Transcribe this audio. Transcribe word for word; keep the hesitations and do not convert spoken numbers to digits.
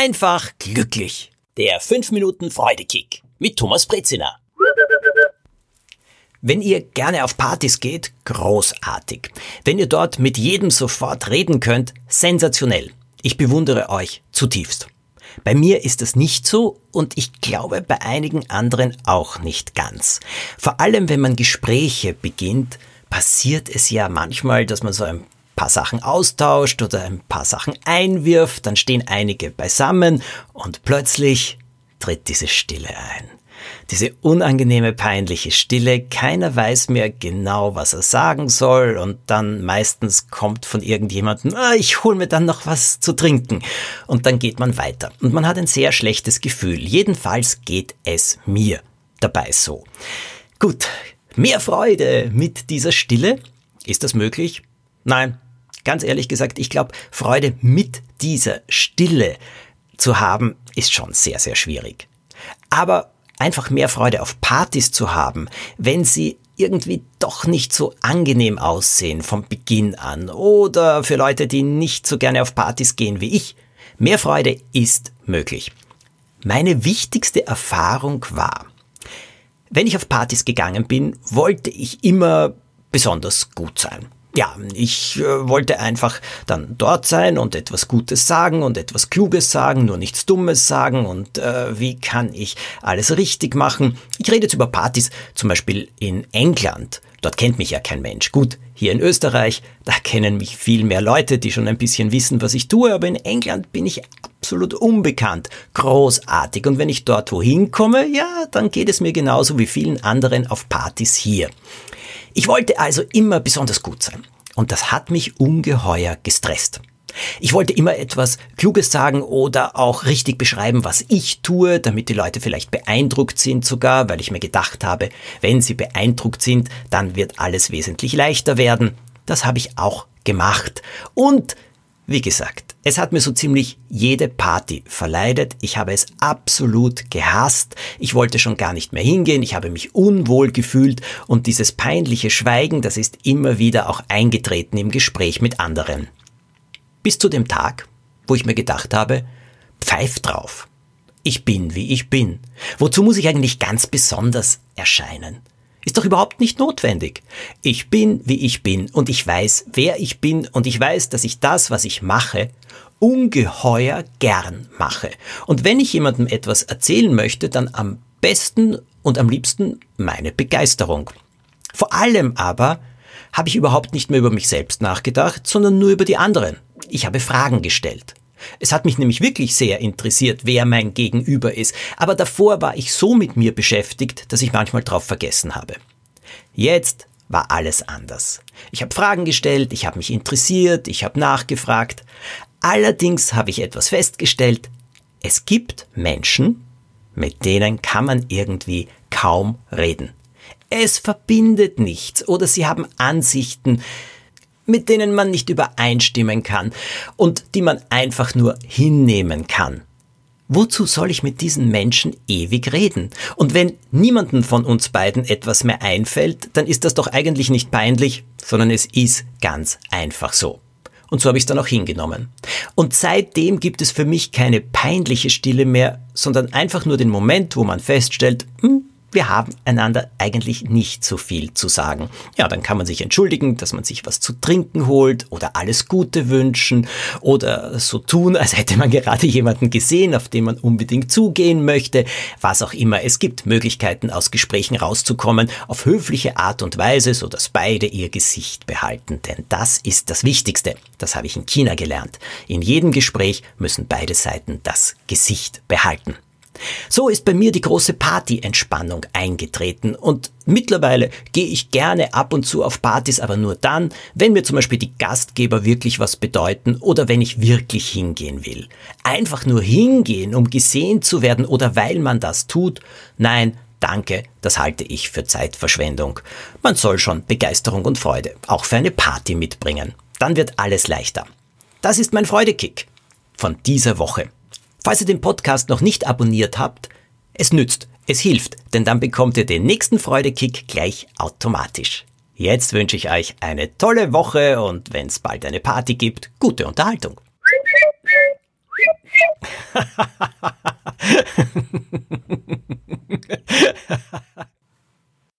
einfach glücklich. Der fünf Minuten Freudekick mit Thomas Brezina. Wenn ihr gerne auf Partys geht, großartig. Wenn ihr dort mit jedem sofort reden könnt, sensationell. Ich bewundere euch zutiefst. Bei mir ist es nicht so und ich glaube bei einigen anderen auch nicht ganz. Vor allem, wenn man Gespräche beginnt, passiert es ja manchmal, dass man so ein paar Sachen austauscht oder ein paar Sachen einwirft, dann stehen einige beisammen und plötzlich tritt diese Stille ein. Diese unangenehme, peinliche Stille, keiner weiß mehr genau, was er sagen soll und dann meistens kommt von irgendjemandem, ah, ich hol mir dann noch was zu trinken und dann geht man weiter und man hat ein sehr schlechtes Gefühl. Jedenfalls geht es mir dabei so. Gut, mehr Freude mit dieser Stille. Ist das möglich? Nein, ganz ehrlich gesagt, ich glaube, Freude mit dieser Stille zu haben, ist schon sehr, sehr schwierig. Aber einfach mehr Freude auf Partys zu haben, wenn sie irgendwie doch nicht so angenehm aussehen vom Beginn an oder für Leute, die nicht so gerne auf Partys gehen wie ich, mehr Freude ist möglich. Meine wichtigste Erfahrung war, wenn ich auf Partys gegangen bin, wollte ich immer besonders gut sein. Ja, ich äh, wollte einfach dann dort sein und etwas Gutes sagen und etwas Kluges sagen, nur nichts Dummes sagen und äh, wie kann ich alles richtig machen. Ich rede jetzt über Partys, zum Beispiel in England. Dort kennt mich ja kein Mensch. Gut, hier in Österreich, da kennen mich viel mehr Leute, die schon ein bisschen wissen, was ich tue, aber in England bin ich absolut unbekannt. Großartig. Und wenn ich dort wohin komme, ja, dann geht es mir genauso wie vielen anderen auf Partys hier. Ich wollte also immer besonders gut sein und das hat mich ungeheuer gestresst. Ich wollte immer etwas Kluges sagen oder auch richtig beschreiben, was ich tue, damit die Leute vielleicht beeindruckt sind sogar, weil ich mir gedacht habe, wenn sie beeindruckt sind, dann wird alles wesentlich leichter werden. Das habe ich auch gemacht und wie gesagt, es hat mir so ziemlich jede Party verleidet. Ich habe es absolut gehasst. Ich wollte schon gar nicht mehr hingehen. Ich habe mich unwohl gefühlt und dieses peinliche Schweigen, das ist immer wieder auch eingetreten im Gespräch mit anderen. Bis zu dem Tag, wo ich mir gedacht habe, pfeif drauf. Ich bin, wie ich bin. Wozu muss ich eigentlich ganz besonders erscheinen? Ist doch überhaupt nicht notwendig. Ich bin, wie ich bin und ich weiß, wer ich bin und ich weiß, dass ich das, was ich mache, ungeheuer gern mache. Und wenn ich jemandem etwas erzählen möchte, dann am besten und am liebsten meine Begeisterung. Vor allem aber habe ich überhaupt nicht mehr über mich selbst nachgedacht, sondern nur über die anderen. Ich habe Fragen gestellt. Es hat mich nämlich wirklich sehr interessiert, wer mein Gegenüber ist, aber davor war ich so mit mir beschäftigt, dass ich manchmal drauf vergessen habe. Jetzt war alles anders. Ich habe Fragen gestellt, ich habe mich interessiert, ich habe nachgefragt. Allerdings habe ich etwas festgestellt, es gibt Menschen, mit denen kann man irgendwie kaum reden. Es verbindet nichts oder sie haben Ansichten, mit denen man nicht übereinstimmen kann und die man einfach nur hinnehmen kann. Wozu soll ich mit diesen Menschen ewig reden? Und wenn niemandem von uns beiden etwas mehr einfällt, dann ist das doch eigentlich nicht peinlich, sondern es ist ganz einfach so. Und so habe ich es dann auch hingenommen. Und seitdem gibt es für mich keine peinliche Stille mehr, sondern einfach nur den Moment, wo man feststellt, hm, wir haben einander eigentlich nicht so viel zu sagen. Ja, dann kann man sich entschuldigen, dass man sich was zu trinken holt oder alles Gute wünschen oder so tun, als hätte man gerade jemanden gesehen, auf den man unbedingt zugehen möchte. Was auch immer. Es gibt Möglichkeiten, aus Gesprächen rauszukommen, auf höfliche Art und Weise, so dass beide ihr Gesicht behalten. Denn das ist das Wichtigste. Das habe ich in China gelernt. In jedem Gespräch müssen beide Seiten das Gesicht behalten. So ist bei mir die große Party-Entspannung eingetreten und mittlerweile gehe ich gerne ab und zu auf Partys, aber nur dann, wenn mir zum Beispiel die Gastgeber wirklich was bedeuten oder wenn ich wirklich hingehen will. Einfach nur hingehen, um gesehen zu werden oder weil man das tut, nein, danke, das halte ich für Zeitverschwendung. Man soll schon Begeisterung und Freude auch für eine Party mitbringen. Dann wird alles leichter. Das ist mein Freudekick von dieser Woche. Falls ihr den Podcast noch nicht abonniert habt, es nützt, es hilft, denn dann bekommt ihr den nächsten Freudekick gleich automatisch. Jetzt wünsche ich euch eine tolle Woche und wenn es bald eine Party gibt, gute Unterhaltung.